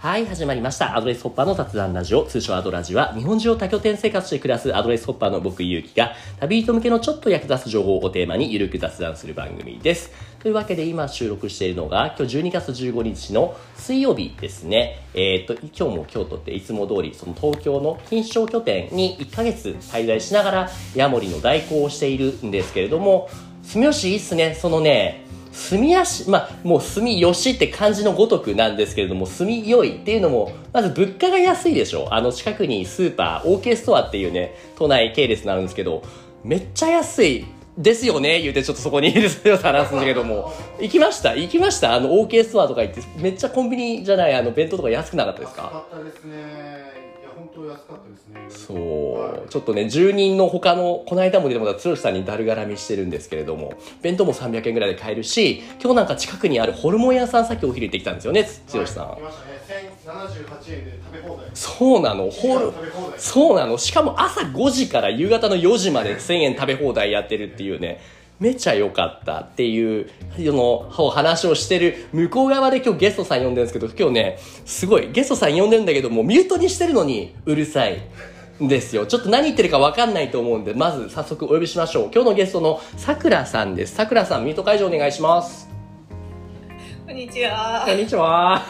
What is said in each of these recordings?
はい、始まりました。アドレスホッパーの雑談ラジオ、通称アドラジは、日本中を多拠点生活して暮らすアドレスホッパーの僕、ゆうきが、旅人向けのちょっと役立つ情報をテーマにゆるく雑談する番組です。というわけで、今収録しているのが、今日12月15日の水曜日ですね。今日も京都っていつも通り、その東京の錦糸町拠点に1ヶ月滞在しながら、ヤモリの代行をしているんですけれども、住吉いいっすね、住吉、もう住吉って漢字のごとくなんですけれども、住よいっていうのも、まず物価が安いでしょ。近くにスーパー、OK ストアっていうね、都内系列になるんですけど、めっちゃ安いですよね、言うてちょっとそこにいる人と話すんだけども、行きました。OK ストアとか行って、めっちゃコンビニじゃない、弁当とか安くなかったですか？ 安かったですね。いや、本当安かったですね。 そう、ちょっとね、住人の他の、この間も出てもらった剛さんにだるがらみしてるんですけれども、弁当も300円ぐらいで買えるし、今日なんか近くにあるホルモン屋さんさっきお昼行ってきたんですよね、剛さん。 来ましたね。1078円で食べ放題。 そうなの、そうなの。しかも朝5時から夕方の4時まで1000円食べ放題やってるっていうね、めちゃ良かったっていうの話をしてる向こう側で今日ゲストさん呼んでるんですけど、今日ね、すごいゲストさん呼んでるんだけども、ミュートにしてるのにうるさいんですよ。ちょっと何言ってるか分かんないと思うんで、まず早速お呼びしましょう。今日のゲストのさくらさんです。さくらさん、ミュート解除お願いします。 こんにちは。 こんにちは。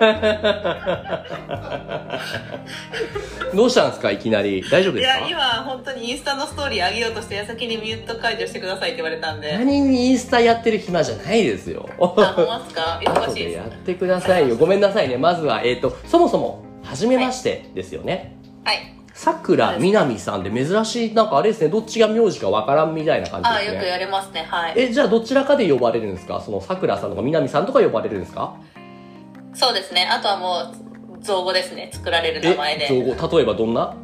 どうしたんですか、いきなり。大丈夫ですか？ いや、今本当にインスタのストーリー上げようとして矢先にミュート解除してくださいって言われたんで。 何にインスタやってる暇じゃないですよ。 あ、ほんまですか？忙しいです。 やってくださいよ。ごめんなさいね。まずはそもそも初めましてですよね。 はい。 さくらみなみさんで珍しい、なんかあれですね、どっちが名字かわからんみたいな感じですね。 よく言われますね。はい。 じゃあどちらかで呼ばれるんですか？そのさくらさんとかみなみさんとか呼ばれるんですか？ そうですね。あとはもう造語ですね。作られる名前で。 造語、例えばどんな？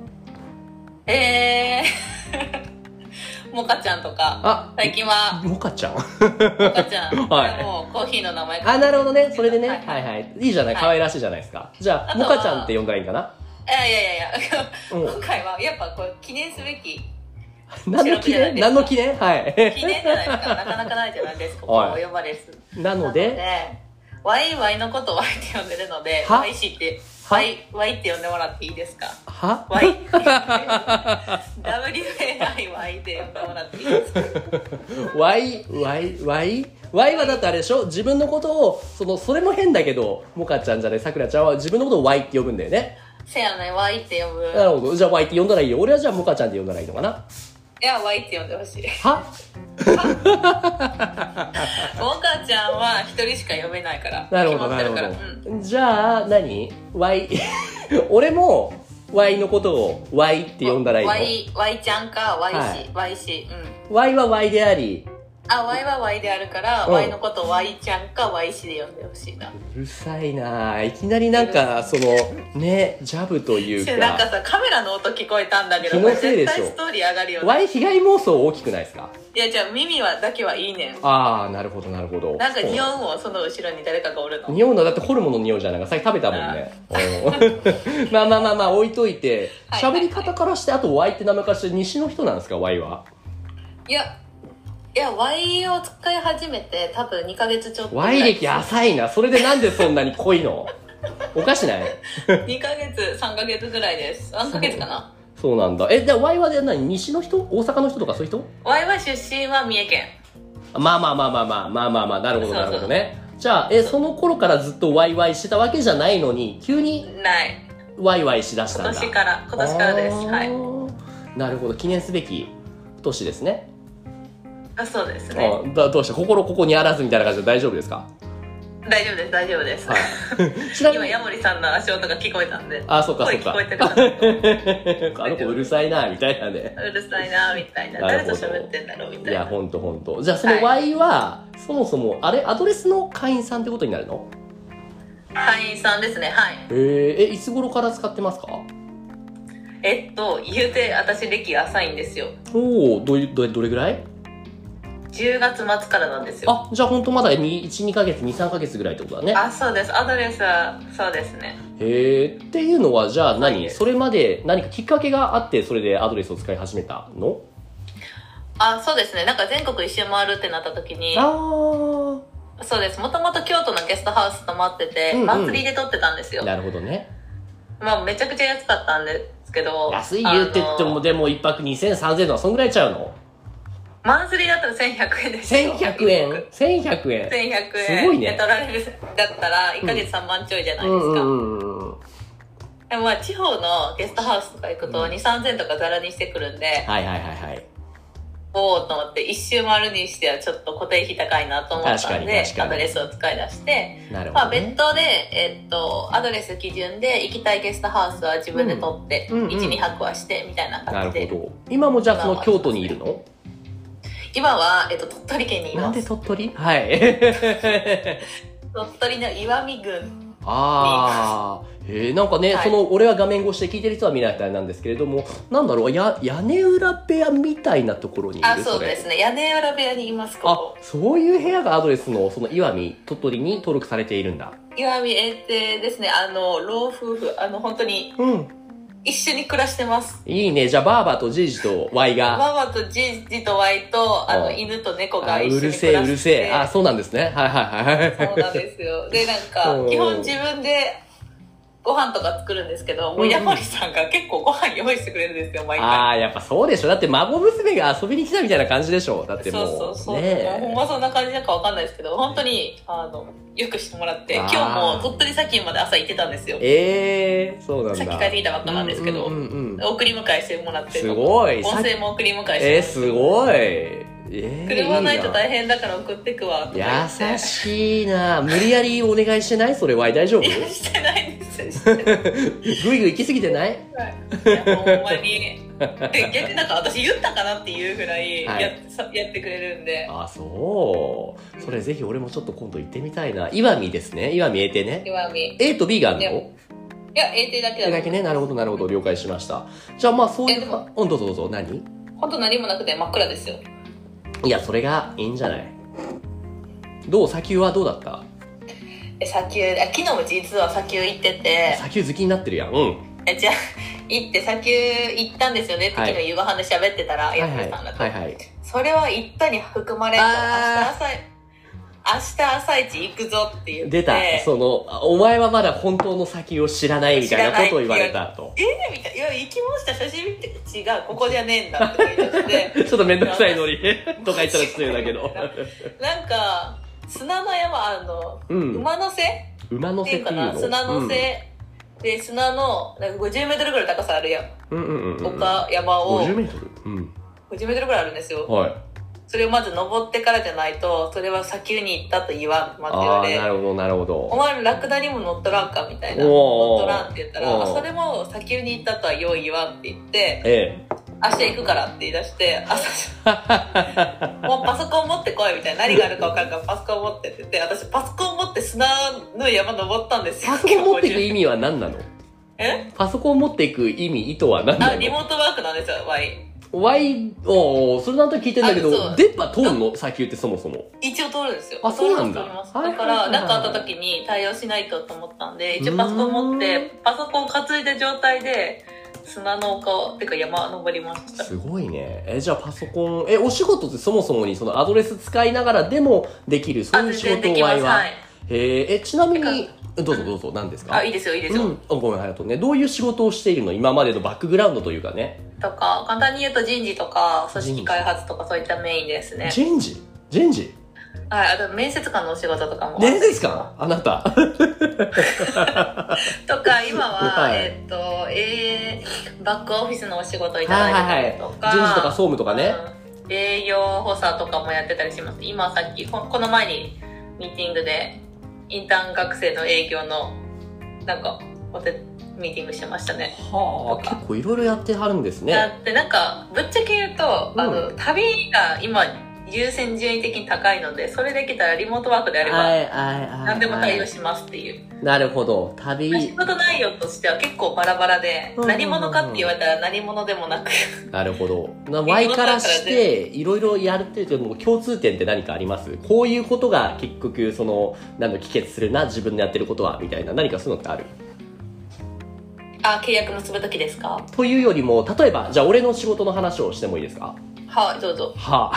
モカちゃんとか。最近はモカちゃん。 モカちゃん。はい。もうコーヒーの名前。 なるほどね。それでね。はいはい。いいじゃない。可愛らしいじゃないですか。じゃあモカちゃんって呼んだらいいかな？ いや。今回はやっぱこう記念すべき。 何の記念？はい。 記念じゃないですか。なかなかないじゃないですか。ここ呼ばれる。 なので、 ワイのことワイって呼んでるので、ワイ氏って、ワイって呼んでもらっていいですか？ は？ ワイWAIY って呼んでもらっていいですか？ ワイはだってあれでしょ？自分のことを、それも変だけど、モカちゃんじゃない、さくらちゃんは自分のことをワイって呼ぶんだよね。 せやね、ワイって呼ぶ。 なるほど。じゃあワイって呼んだらいいよ。俺はじゃあモカちゃんって呼んだらいいのかな？ いや、ワイって呼んでほしい。 は？ モカちゃんは一人しか呼べないから。 なるほど。じゃあワイ俺もワイのことをワイって呼んだらいいの？ ワイちゃんかワイ氏、ワイ氏。 ワイはワイであり、 ワイはワイであるから、ワイのことをワイちゃんかワイ氏で呼んでほしいな。 うるさいな。いきなりなんかジャブというか。 なんかさ、カメラの音聞こえたんだけど、 気のせいでしょ。 絶対ストーリー上がるよね。 ワイ被害妄想大きくないですか？ いや、じゃあ耳だけはいいねん。 なるほど。なんか匂うもん、その後ろに誰かがおるの。 匂うのだってホルモンの匂うじゃないか。さっき食べたもんね。まあ置いといて、喋り方からして、あとワイって名前からして西の人なんですか、ワイは？ いや、Y を使い始めて多分2ヶ月ちょっとぐらい。 Y 歴浅いな。それでなんでそんなに濃いの？おかしない ？2ヶ月、3ヶ月ぐらいです。3ヶ月かな。 そうなんだ。じゃあ Y は西の人？大阪の人とかそういう人？ Y は出身は三重県。 まあ、なるほどね。じゃあ、その頃からずっと YY してたわけじゃないのに、急にない。 YY しだしたんだ。 今年からです。はい。 なるほど。記念すべき年ですね。 そうですね。 どうした？心ここにあらずみたいな感じで大丈夫ですか？ 大丈夫です。はい、今ヤモリさんの足音が聞こえたんで。 そうか。 声聞こえてるかな。 あの子うるさいなみたいなね。 うるさいなみたいな。誰と喋ってんだろうみたいな。 いや、ほんと。じゃあその Y は、そもそもアドレスの会員さんってことになるの？ 会員さんですね。はい。 いつ頃から使ってますか？ 言うて私歴浅いんですよ。 どれぐらい ？10月末からなんですよ。 じゃあ本当まだ1、2ヶ月、2、3ヶ月ぐらいってことだね。 そうです。アドレスはそうですね。 っていうのはじゃあそれまで何かきっかけがあってそれでアドレスを使い始めたの？ そうですね。なんか全国一周回るってなった時に、 そうです。もともと京都のゲストハウス泊まってて、マンスリーで撮ってたんですよ。 なるほどね。 まあめちゃくちゃ安かったんですけど。 安い言うてっても、でも1泊2000、3000とかそんぐらいちゃうの？ マンスリーだったら1100円ですよ。 1100円 ?1100 円。 1100円。 すごいね。 で取られるだったら1ヶ月3万ちょいじゃないですか。でもまあ地方のゲストハウスとか行くと2、3000とかザラにしてくるんで。 はいはいはいはい。 おーと思って一周回るにしてはちょっと固定費高いなと思ったんでアドレスを使い出して、 なるほどね、 まあ、別途で、アドレス基準で行きたいゲストハウスは自分で取って、1、2泊はしてみたいな感じで。 なるほど。今もじゃあその京都にいるの？ 今は、鳥取県にいます。 なんで鳥取？はい。 鳥取の岩見郡。 ああ。なんかね、はい、俺は画面越しで聞いてる人は見ないみたいなんですけれども、なんだろう、屋根裏部屋みたいなところにいる？ そうですね。屋根裏部屋にいます、ここ。 そういう部屋がアドレスの、岩見、鳥取に登録されているんだ。 岩見永定ですね。老夫婦、本当に。一緒に暮らしてます。 いいね。じゃあ、バーバとジージとワイが。 バーバとジージとワイと、犬と猫が一緒に暮らして。 うるせえ。そうなんですね。はいはいはい。 そうなんですよ。で、なんか、基本自分で、ご飯とか作るんですけど、もうヤモリさんが結構ご飯用意してくれるんですよ、毎回。 やっぱそうでしょ。だって孫娘が遊びに来たみたいな感じでしょ。だってもう。 そう。ね、ほんまそんな感じなのかわかんないですけど、本当に、よくしてもらって、今日も鳥取砂丘まで朝行ってたんですよ。 そうなんだ。 さっき帰ってきたばっかなんですけど、送り迎えしてもらって。 すごい。 音声も送り迎えしてすごい。 車ないと大変だから送ってくわ。 優しいな。無理やりお願いしてない？それは大丈夫？ してないです。 ぐいぐい行き過ぎてない？ ほんまに。逆になんか私言ったかなっていうぐらいやってくれるんで。 そう。それぜひ俺もちょっと今度行ってみたいな。岩見ですね。岩見永定ね。 岩見。 A と B があるの？ いや、永定だけだ。 だけね。なるほどなるほど。了解しました。じゃあまあそういう。どうぞどうぞ。何？ 本当何もなくて真っ暗ですよ。 いや、それがいいんじゃない？砂丘はどうだった？ 昨日も実は砂丘行ってて。 砂丘好きになってるやん。 じゃあ、行って砂丘行ったんですよね。昨日夕ご飯で喋ってたら、ヤフーさんだと。それは行ったに含まれると、明日朝一行くぞって言って。 出た。お前はまだ本当の砂丘を知らないみたいなことを言われたと。 みたいな。いや、行きました。写真見て、違う、ここじゃねえんだって言って。 ちょっとめんどくさいのに、とか言ったら失礼だけど。 なんか、砂の山、馬の背っていうかな、砂の背。で、砂の、なんか50メートルぐらい高さあるやん。山を。 50メートル 50メートルぐらいあるんですよ。 はい。 それをまず登ってからじゃないと、それは砂丘に行ったと言わん、まず言われ。 なるほど、なるほど。 お前ラクダにも乗っとらんかみたいな。乗っとらんって言ったら、それも砂丘に行ったとはよう言わんって言って、明日行くからって言い出して、もうパソコン持ってこいみたいな。何があるか分からんからパソコン持ってって言って、私パソコン持って砂の山登ったんですよ。 パソコン持っていく意味は何なの？パソコン持っていく意図は何なの？ リモートワークなんですよ、 それなんと聞いてんだけど、電波通るの？砂丘ってそもそも。 一応通るんですよ。 そうなんだ。 だから、なんかあった時に対応しないとと思ったんで、一応パソコン持って、パソコン担いだ状態で、砂の丘ってか山登りました。 すごいね。じゃあパソコン、お仕事ってそもそもにそのアドレス使いながらでもできる、そういう仕事をは。ちなみに、どうぞ、何ですか？ いいですよ、いいですよ。 ごめん、ありがとうね。どういう仕事をしているの？今までのバックグラウンドというかね。 とか、簡単に言うと人事とか、組織開発とかそういったメインですね。 人事はい、あと面接官のお仕事とかも。 面接官？あなた。 とか、今は、バックオフィスのお仕事をいただいてたりとか。 人事とか総務とかね。 営業補佐とかもやってたりします。今さっき、この前にミーティングで、インターン学生の営業の、なんか、ミーティングしてましたね。 結構いろいろやってはるんですね。 だってなんか、ぶっちゃけ言うと、旅が今、優先順位的に高いので、それできたらリモートワークであれば、何でも対応しますっていう。 なるほど。 仕事内容としては結構バラバラで、何者かって言われたら何者でもなく。 なるほど。Y からして、いろいろやるっていうと、共通点って何かあります？こういうことが結局、帰結するな、自分でやってることは、みたいな、何かそういうのってある？ 契約結ぶときですか？ というよりも、例えば、じゃあ俺の仕事の話をしてもいいですか？ はい、どうぞ。 はい。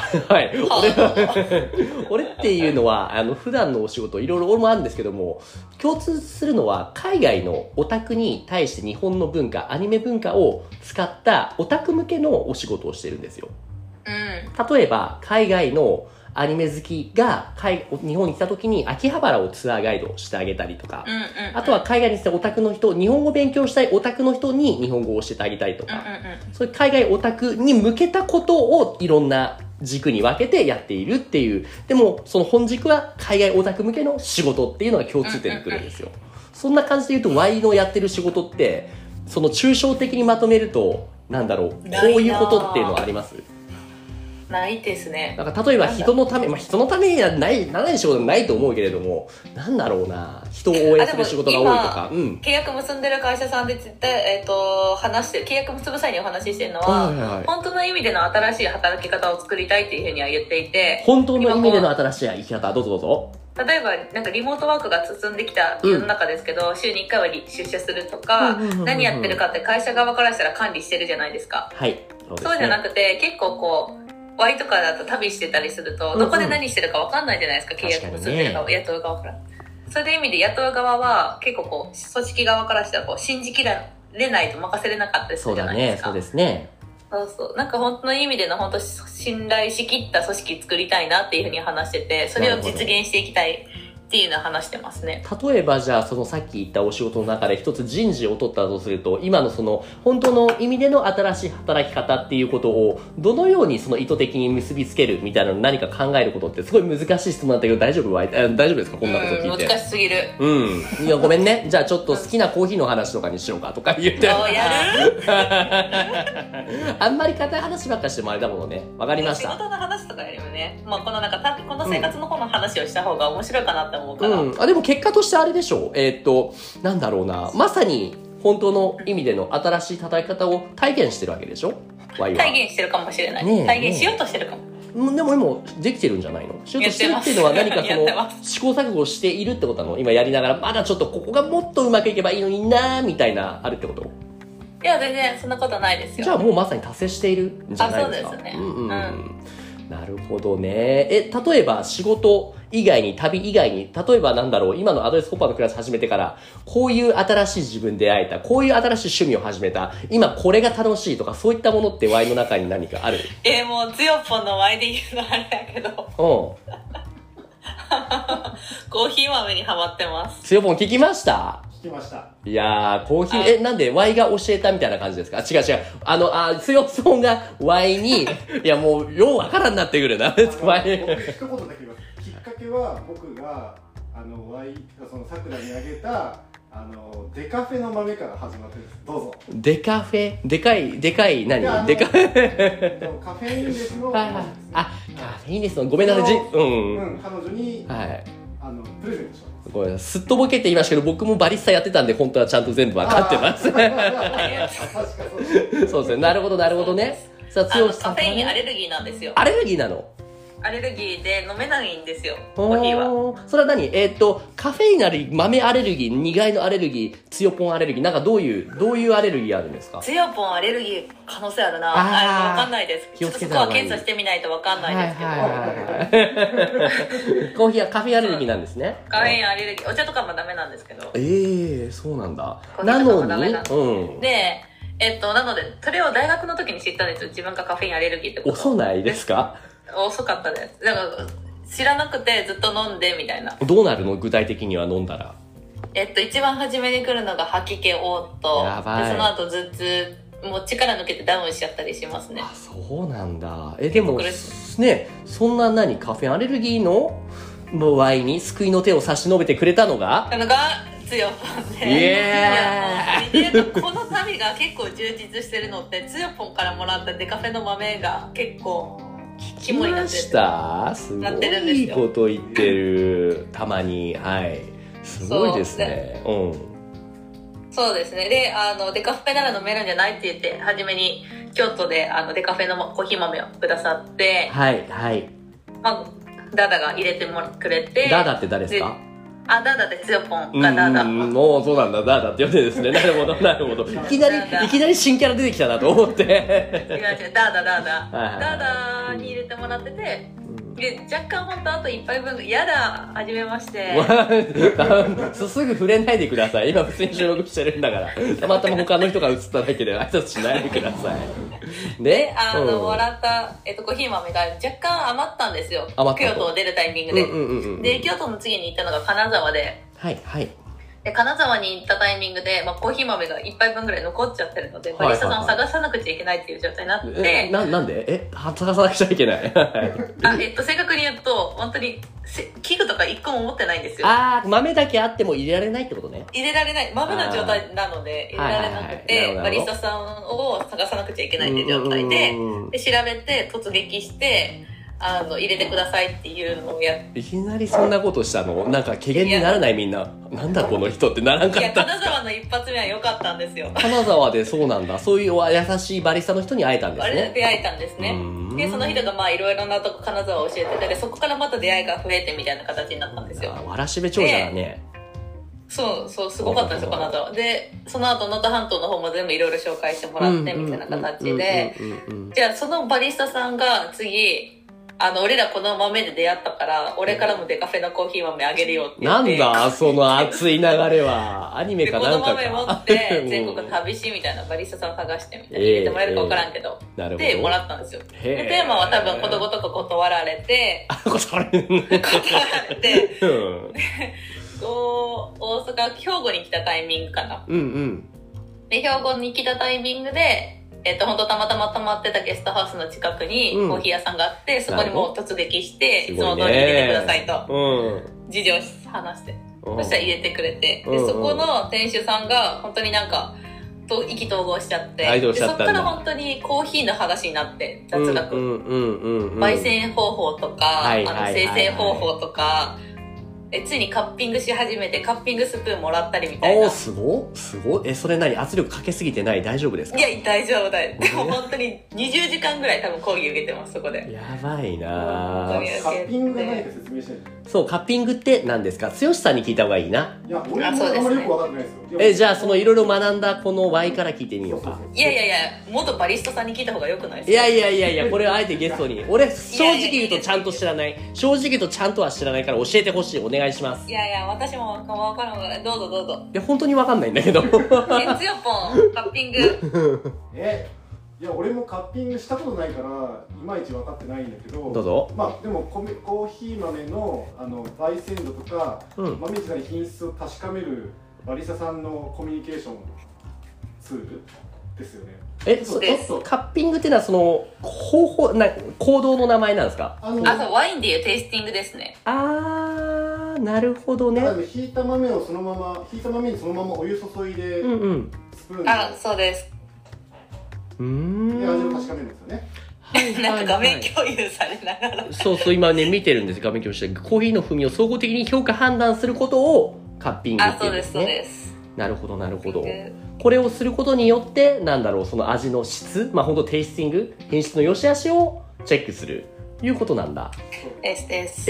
俺っていうのは、普段のお仕事、いろいろ俺もあるんですけども、共通するのは、海外のオタクに対して日本の文化、アニメ文化を使ったオタク向けのお仕事をしてるんですよ。 うん。 例えば、海外のアニメ好きが日本に来た時に秋葉原をツアーガイドしてあげたりとか、あとは海外に来たオタクの人、日本語勉強したいオタクの人に日本語を教えてあげたりとか、そういう海外オタクに向けたことをいろんな軸に分けてやっているっていう、でもその本軸は海外オタク向けの仕事っていうのが共通点に来るんですよ。そんな感じで言うと Y のやってる仕事って、その抽象的にまとめると、なんだろう、こういうことっていうのはあります？ ないですね。 なんか例えば人のため、人のためにはならない仕事ないと思うけれども、なんだろうな、人を応援する仕事が多いとか。 契約結んでる会社さんで絶対、話してる、契約結ぶ際にお話ししてるのは、本当の意味での新しい働き方を作りたいっていうふうには言っていて。 本当の意味での新しい生き方、どうぞどうぞ。 例えばなんかリモートワークが進んできた世の中ですけど、週に1回は出社するとか、何やってるかって会社側からしたら管理してるじゃないですか。 はい。 そうじゃなくて、結構こう、Y とかだと旅してたりすると、どこで何してるか分かんないじゃないですか、契約結んでるか、雇う側から。そういう意味で雇う側は結構こう、組織側からしたらこう、信じきられないと任せれなかったりするじゃないですか。 そうですね。 そうそう。なんか本当の意味での本当信頼しきった組織作りたいなっていうふうに話してて、それを実現していきたいっていうのを話してますね。 例えばじゃあそのさっき言ったお仕事の中で一つ人事を取ったとすると、今のその本当の意味での新しい働き方っていうことをどのようにその意図的に結びつけるみたいなの何か考えることってすごい難しい質問だったけど大丈夫ですか、こんなこと聞いて。 難しすぎる。 いやごめんね。じゃあちょっと好きなコーヒーの話とかにしようかとか言って。 やるあんまり硬い話ばっかしてもあれだものね。わかりました。 仕事の話とかよりもね、まあこのなんかこの生活の方の話をした方が面白いかなって思うから。 でも結果としてあれでしょう。なんだろうな。まさに本当の意味での新しい働き方を体現してるわけでしょ？ Y は。 体現してるかもしれない。体現しようとしてるかも。 でも今できてるんじゃないの？しようとしてるっていうのは何かその試行錯誤しているってことなの？今やりながらまだちょっとここがもっとうまくいけばいいのになーみたいなあるってこと？ いや全然そんなことないですよ。 じゃあもうまさに達成しているんじゃないですか？ そうですね。 なるほどね。例えば仕事以外に、旅以外に、例えばなんだろう、今のアドレスホッパーのクラス始めてから、こういう新しい自分出会えた、こういう新しい趣味を始めた、今これが楽しいとか、そういったものって Y の中に何かある？ もうつよぽんの Y で言うのあれだけど。コーヒー豆にハマってます。 つよぽん聞きました？ 聞きました。 いやー、コーヒー、なんで Y が教えたみたいな感じですか？違う。つよぽんが Y に、いやもう、ようわからんなってくるな。 僕一言だけ言います。きっかけは僕が、Y がその桜にあげた、デカフェの豆から始まってるんです。どうぞ。 デカフェ？でかい、何？デカフェカフェインレスの、 カフェインレスの、ごめんなさい、 彼女に、プレゼントした。 ごめんなさい、すっとぼけて言いましたけど、僕もバリスタやってたんで、本当はちゃんと全部わかってます。そうですね。なるほどね。 さあ、強さん。カフェインアレルギーなんですよ。 アレルギーなの？ アレルギーで飲めないんですよ、コーヒーは。 それは何？カフェインアレルギー、豆アレルギー、苦いのアレルギー、つよぽんアレルギー、なんかどういうアレルギーあるんですか？ つよぽんアレルギー可能性あるな。わかんないです。 気をつけた方がいい。そこは検査してみないとわかんないですけど。 コーヒーはカフェインアレルギーなんですね。 カフェインアレルギー、お茶とかもダメなんですけど。 そうなんだ。 なのに、で、なので、それを大学の時に知ったんですよ。自分がカフェインアレルギーってこと。 遅ないですか？ 遅かったです。だから知らなくてずっと飲んでみたいな。 どうなるの？具体的には飲んだら。 一番初めに来るのが吐き気、嘔吐。 やばい。 でその後頭痛、もう力抜けてダウンしちゃったりしますね。 そうなんだ。でもね、そんなカフェインアレルギーの場合に救いの手を差し伸べてくれたのがつよぽんで、この旅が結構充実してるのってつよぽんからもらったデカフェの豆が結構肝になってる。すごいいいこと言ってる。たまに、はい、すごいですね。 そうですね。で、デカフェなら飲めるんじゃないって言って初めに京都でデカフェのコーヒー豆をくださって、 はい。 ダダが入れてくれて。 ダダって誰ですか？ あ、ダーダってつよぽんがダーダ。 もうそうなんだ、ダーダって呼んでですね。なるほど、なるほど。いきなり新キャラ出てきたなと思って。 違う、ダーダ。ダーダに入れてもらってて、で、若干本当あと1杯分、やだ、はじめまして。 すぐ触れないでください。今普通に収録してるんだから。たまたま他の人が映っただけで挨拶しないでください。 で、もらった、コーヒー豆が若干余ったんですよ。京都を出るタイミングで。で、京都の次に行ったのが金沢で。 はいはい。 で、金沢に行ったタイミングで、コーヒー豆が1杯分ぐらい残っちゃってるので、バリスタさんを探さなくちゃいけないっていう状態になって。 なんで探さなくちゃいけない。 正確に言うと、本当に、器具とか1個も持ってないんですよ。 豆だけあっても入れられないってことね。 入れられない。豆の状態なので、入れられなくて、バリスタさんを探さなくちゃいけないっていう状態で、調べて、突撃して、入れてくださいっていうのをやって。 いきなりそんなことしたの？なんか、怪げにならないみんな。なんだこの人ってならんかった。 いや、金沢の一発目は良かったんですよ。 金沢でそうなんだ。そういう優しいバリスタの人に会えたんですね。 出会えたんですね。で、その人がいろいろなとこ金沢を教えてて、そこからまた出会いが増えてみたいな形になったんですよ。 わらしべ長者だね。 そう、すごかったんですよ、金沢。で、その後、能登半島の方も全部いろいろ紹介してもらってみたいな形で、じゃあそのバリスタさんが次、俺らこの豆で出会ったから、俺からもデカフェのコーヒー豆あげるよって言って。なんだ、 その熱い流れは。アニメかなんかか。 この豆持って、全国旅しみたいなバリスタさん探してみたいな。入れてもらえるか分からんけど。で、もらったんですよ。で、テーマは多分ことごとく断られて、 断られて、 大阪、兵庫に来たタイミングかな。で、兵庫に来たタイミングで、本当たまたま泊まってたゲストハウスの近くにコーヒー屋さんがあって、そこにもう突撃して、いつも通り入れてくださいと、事情話して、そしたら入れてくれて、で、そこの店主さんが本当になんか、意気投合しちゃって、でそこから本当にコーヒーの話になって、雑学。焙煎方法とか、生成方法とか、ついにカッピングし始めて、カッピングスプーンもらったりみたいな。 すごい。それ何？圧力かけすぎてない？大丈夫ですか？ いや、大丈夫だよ。でも本当に20時間ぐらい多分講義受けてます、そこで。 やばいなぁ。 カッピングが何か説明してる。 そう、カッピングって何ですか？剛さんに聞いた方がいいな。 いや、俺もあんまりよく分かってないですよ。 じゃあそのいろいろ学んだこの Y から聞いてみようか。 いや、元バリスタさんに聞いた方がよくないですか？いや、これはあえてゲストに。俺、正直言うとちゃんと知らない。正直言うとちゃんとは知らないから教えてほしい。お願いします。 いや、私も分からんから、どうぞ。 いや、本当に分かんないんだけど。 つよぽん、カッピング。 いや、俺もカッピングしたことないからいまいち分かってないんだけど、 どうぞ。 でもコーヒー豆の焙煎度とか、豆自体品質を確かめるバリスタさんのコミュニケーションツールですよね。 そうです。 カッピングっていうのはその行動の名前なんですか？ そう、ワインでいうテイスティングですね。 なるほどね。 ひいた豆にそのままお湯注いで、スプーンで。 そうです。 で、味を確かめるんですよね。 なんか画面共有されながら。 そう、今ね、見てるんです。画面共有して。コーヒーの風味を総合的に評価判断することをカッピングっていうんですね。 そうです。 なるほど。これをすることによって、その味の質、本当テイスティング、品質の良し悪しをチェックする。いうことなんだ。 です。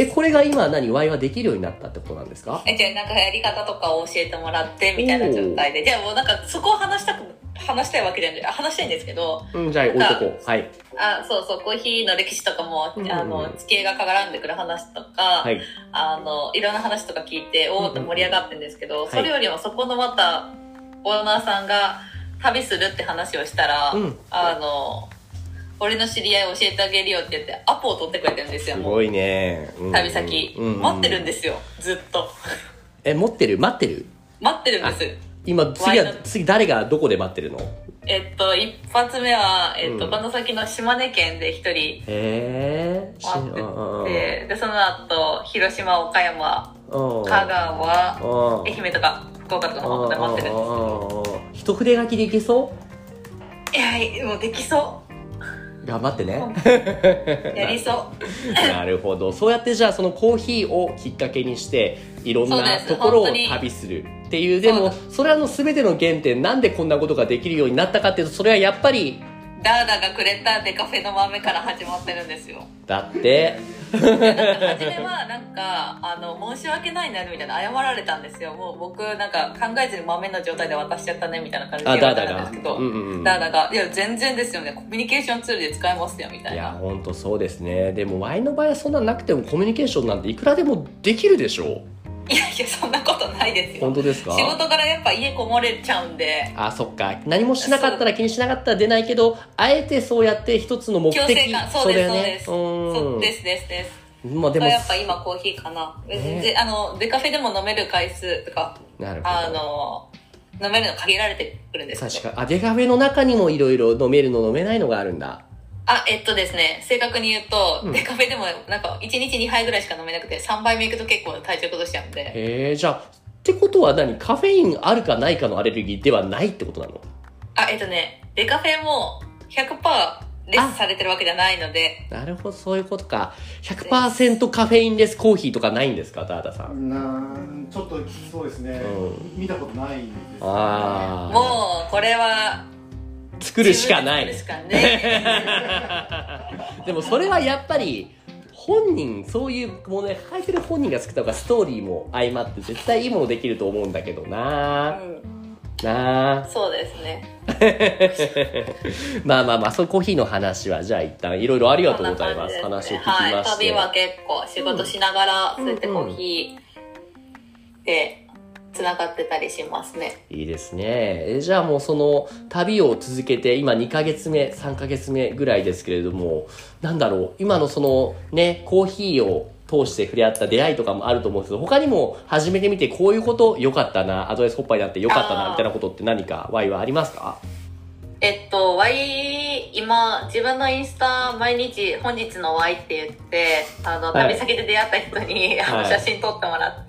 これが今Yはできるようになったってことなんですか？ じゃあなんかやり方とかを教えてもらってみたいな状態で、じゃあもうなんかそこを話したいわけじゃない、話したいんですけど。 じゃあ置いとこう。はい。 そう、コーヒーの歴史とかも、地形が絡んでくる話とか、いろんな話とか聞いて、おーって盛り上がってるんですけど、それよりもそこのまた、オーナーさんが旅するって話をしたら、俺の知り合い教えてあげるよって言って、アポを取ってくれてるんですよ。 すごいね。 旅先。待ってるんですよ、ずっと。 待ってる待ってるんです。 今、次誰がどこで待ってるの？ 一発目は、この先の島根県で一人、待ってて、で、その後、広島、岡山、香川、愛媛とか、福岡とかの方で待ってるんです。 一筆書きでいけそう？ いや、もうできそう。 頑張ってね。 やりそう。 なるほど。そうやってじゃあそのコーヒーをきっかけにしていろんなところを旅するっていう、でもそれは全ての原点、なんでこんなことができるようになったかっていうと、それはやっぱりダーダがくれたデカフェの豆から始まってるんですよ。 だって初めはなんか申し訳ないなみたいな謝られたんですよ。もう僕なんか考えずに豆の状態で渡しちゃったねみたいな感じで言われたんですけど、ダーダがいや全然ですよね、コミュニケーションツールで使えますよみたいな。 いや本当そうですね。でもワインの場合はそんななくてもコミュニケーションなんていくらでもできるでしょう。 いやいやそんなことないですよ。 本当ですか？ 仕事からやっぱ家こもれちゃうんで。 あ、そっか。何もしなかったら気にしなかったら出ないけど、あえてそうやって一つの目的。 強制感。そうです、そうです。 そうです。 まあでもやっぱ今コーヒーかな。でデカフェでも飲める回数とか、 なるほど。 飲めるの限られてくるんですけど。 確か。デカフェの中にもいろいろ飲めるの飲めないのがあるんだ。 ですね、正確に言うと、デカフェでもなんか1日2杯ぐらいしか飲めなくて、3杯目いくと結構体調崩しちゃうんで。 じゃあ、ってことはカフェインあるかないかのアレルギーではないってことなの？ デカフェも 100% レスされてるわけじゃないので。 なるほど、そういうことか。100% カフェインレスコーヒーとかないんですか、ダーダさん？ ちょっとそうですね、見たことないんです。 もうこれは作るしかない。 作るしかね。 でもそれはやっぱり本人、そういうものね、書いてる本人が作った方がストーリーも相まって絶対いいものできると思うんだけどな、 そうですね。 まあそういうコーヒーの話はじゃあ一旦いろいろありがとうございます。話を聞きまして、 はい、旅は結構仕事しながら、そうやってコーヒーでつながってたりしますね。 いいですね。じゃあもうその旅を続けて今2ヶ月目3ヶ月目ぐらいですけれども、なんだろう、今のそのねコーヒーを通して触れ合った出会いとかもあると思うんですけど、他にも始めてみてこういうこと良かったな、アドレスホッパーになって良かったなみたいなことって何かワイはありますか？ ワイ今自分のインスタ毎日本日のワイって言って旅先で出会った人に、写真撮ってもらって、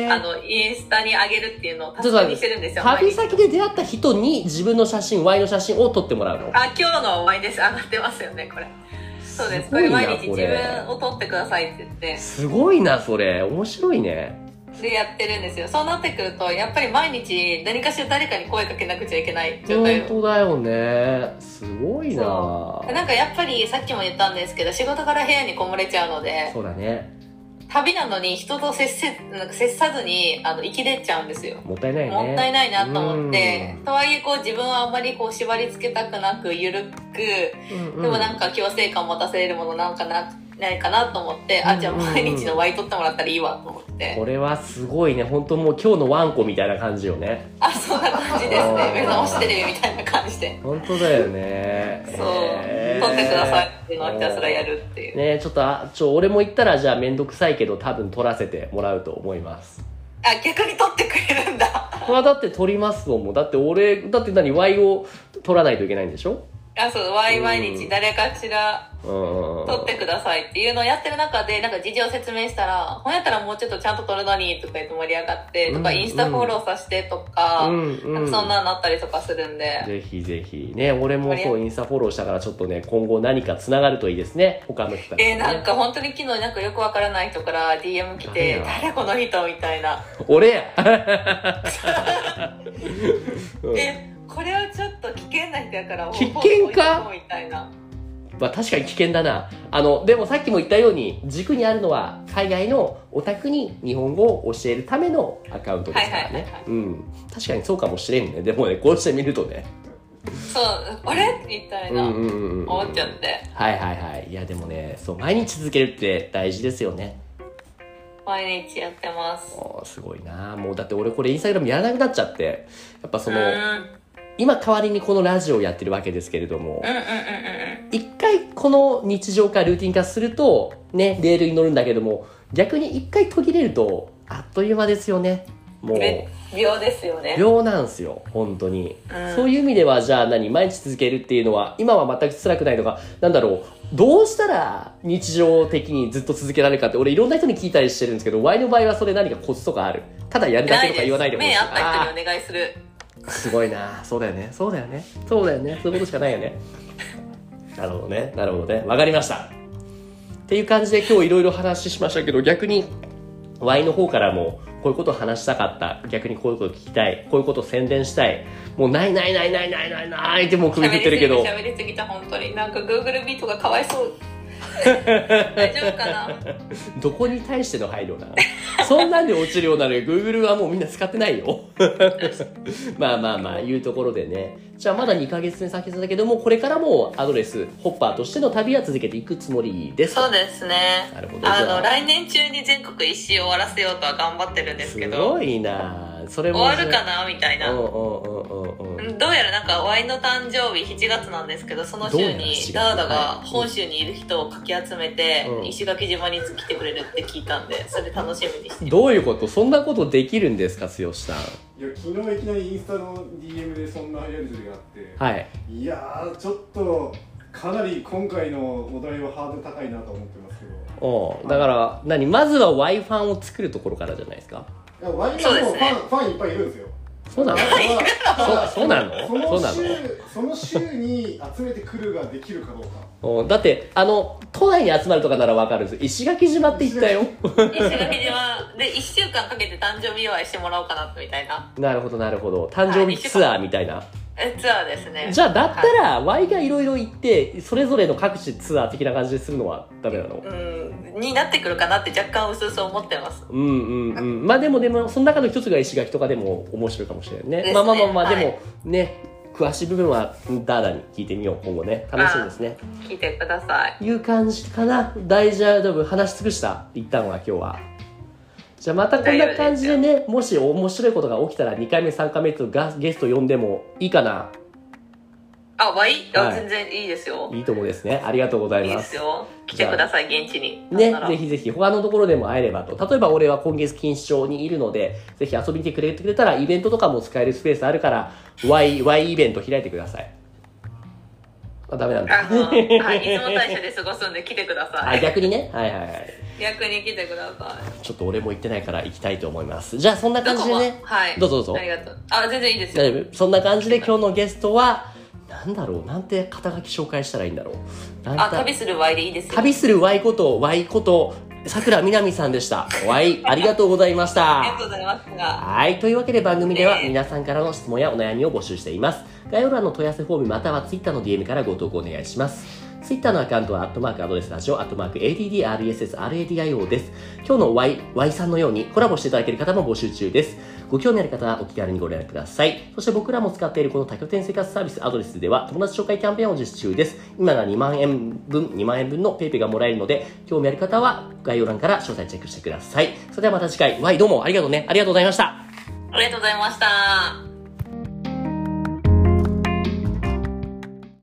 インスタに上げるっていうのをタスクにしてるんですよ。 旅先で出会った人に自分の写真、ワイの写真を撮ってもらうの？ 今日のワイです。上がってますよねこれ。そうです。これ毎日自分を撮ってくださいって言って。 すごいな、それ面白いね。 でやってるんですよ。そうなってくるとやっぱり毎日何かしら誰かに声かけなくちゃいけない状態。 本当だよね。すごいな。 なんかやっぱりさっきも言ったんですけど、仕事から部屋にこもれちゃうので。 そうだね。 旅なのに人と接さずに生きれちゃうんですよ。 もったいないね。 もったいないなと思って、とはいえ自分はあんまり縛り付けたくなくゆるく、でもなんか強制感持たせれるものなんかないかなと思って、じゃあ毎日のワイ取ってもらったらいいわと思って。 これはすごいね。本当もう今日のワンコみたいな感じよね。 そんな感じですね。目覚ましテレビみたいな感じで。 本当だよね。 そう、撮ってくださいっていうのをひたすらやるっていうね。ちょっと俺も言ったらじゃあめんどくさいけど多分撮らせてもらうと思います。 逆に撮ってくれるんだ。 だって撮りますもん。だってワイを撮らないといけないんでしょ？ そうワイ毎日誰かしら撮ってくださいっていうのをやってる中で、なんか事情を説明したら、ほんやったらもうちょっとちゃんと撮るのにとか言って盛り上がって、とかインスタフォローさせてとか、なんかそんなのなったりとかするんで。 ぜひぜひね、俺もそうインスタフォローしたからちょっとね、今後何かつながるといいですね、他の人たち、ね。 なんか本当に昨日なんかよくわからない人から DM 来て、誰この人みたいな。 俺やこれはちょっと危険な人やから危険かみたいな。 確かに危険だな。でもさっきも言ったように軸にあるのは海外のオタクに日本語を教えるためのアカウントですからね。確かにそうかもしれんね。でもね、こうしてみるとね、 そうあれみたいな思っちゃって。 いやでもね、そう毎日続けるって大事ですよね。 毎日やってます。 すごいな。もうだって俺これインスタグラムやらなくなっちゃって、やっぱその今代わりにこのラジオをやってるわけですけれども、一回この日常化ルーティン化するとね、レールに乗るんだけども、逆に一回途切れるとあっという間ですよね。もう秒ですよね。 秒なんですよ本当に、そういう意味ではじゃあ毎日続けるっていうのは今は全く辛くないのか、なんだろう、どうしたら日常的にずっと続けられるかって俺いろんな人に聞いたりしてるんですけど、ワイの場合はそれ何かコツとかある？ただやるだけとか言わないでほしい。 目合った人にお願いする。 すごいな。そうだよね、そういうことしかないよね。なるほどね、わかりましたっていう感じで今日いろいろ話しましたけど、逆に Y の方からもこういうことを話したかった、逆にこういうこと聞きたい、こういうことを宣伝したい、もうないってもう首振ってるけど、 喋りすぎた本当に。なんか Google Meet がかわいそう大丈夫かな。 どこに対しての配慮なそんなんで落ちるようなのに Google はもうみんな使ってないよまあいうところでね、じゃあまだ2ヶ月目先だけども、これからもアドレスホッパーとしての旅は続けていくつもりですか？ そうですね。 なるほど。 来年中に全国一周終わらせようとは頑張ってるんですけど、 すごいな。それも終わるかなみたいな。どうやらなんかワイの誕生日7月なんですけど、その週にダーダが本州にいる人をかき集めて、石垣島に来てくれるって聞いたんで、それ楽しみにしてます。 どういうこと？そんなことできるんですか、剛さん。 いや、昨日いきなりインスタの DM でそんなやり取りがあって、 はい、 いやーちょっとかなり今回のお題はハードル高いなと思ってますけど。 だからまずは Y ファンを作るところからじゃないですか。 いや Y ファンもファンいっぱいいるんですよ。 そうなの？そうなの？ その週に集めてくるができるかどうか。 だって都内に集まるとかなら分かるんです。石垣島って言ったよ。 石垣島で1週間かけて誕生日祝いしてもらおうかなみたいな。 なるほど誕生日ツアーみたいな。 ツアーですね。 じゃあだったら Y がいろいろ行ってそれぞれの各地ツアー的な感じでするのはダメなの？ になってくるかなって若干薄々思ってます。 まあでもその中の一つが石垣とかでも面白いかもしれないね。でもね、詳しい部分はダーダに聞いてみよう、今後ね。楽しみですね。 聞いてください。 いう感じかな。大丈夫、話し尽くした一旦は今日は。じゃあまたこんな感じでね、もし面白いことが起きたら2回目3回目とゲスト呼んでもいいかな。 全然いいですよ。 いいともですね。ありがとうございます。 いいですよ。来てください、現地に。 ね、ぜひぜひ他のところでも会えればと。例えば俺は今月錦糸町にいるので、ぜひ遊びに来てくれたらイベントとかも使えるスペースあるから、Y イベント開いてください。ダメなんだ。 出雲大社で過ごすんで来てください。 逆にね。 逆に来てください。 ちょっと俺も行ってないから行きたいと思います。じゃあそんな感じでね。どうぞ。 ありがとう。全然いいですよ。 大丈夫。そんな感じで今日のゲストは、なんて肩書き紹介したらいいんだろう。 旅する Y でいいですよ。 旅する Y ことさくらみなみさんでした。Y ありがとうございました。 ありがとうございます。 はい、というわけで番組では皆さんからの質問やお悩みを募集しています。概要欄の問い合わせフォームまたは Twitter の DM からご投稿お願いします。Twitter のアカウントはアドレスラジオ@ADDRESSRADIO です。今日の Y さんのようにコラボしていただける方も募集中です。ご興味ある方はお気軽にご連絡ください。そして僕らも使っているこの多拠点生活サービスアドレスでは友達紹介キャンペーンを実施中です。今なら2万円分のペイペイがもらえるので、興味ある方は概要欄から詳細チェックしてください。それではまた次回、Y どうもありがとうね。ありがとうございました。 ありがとうございました。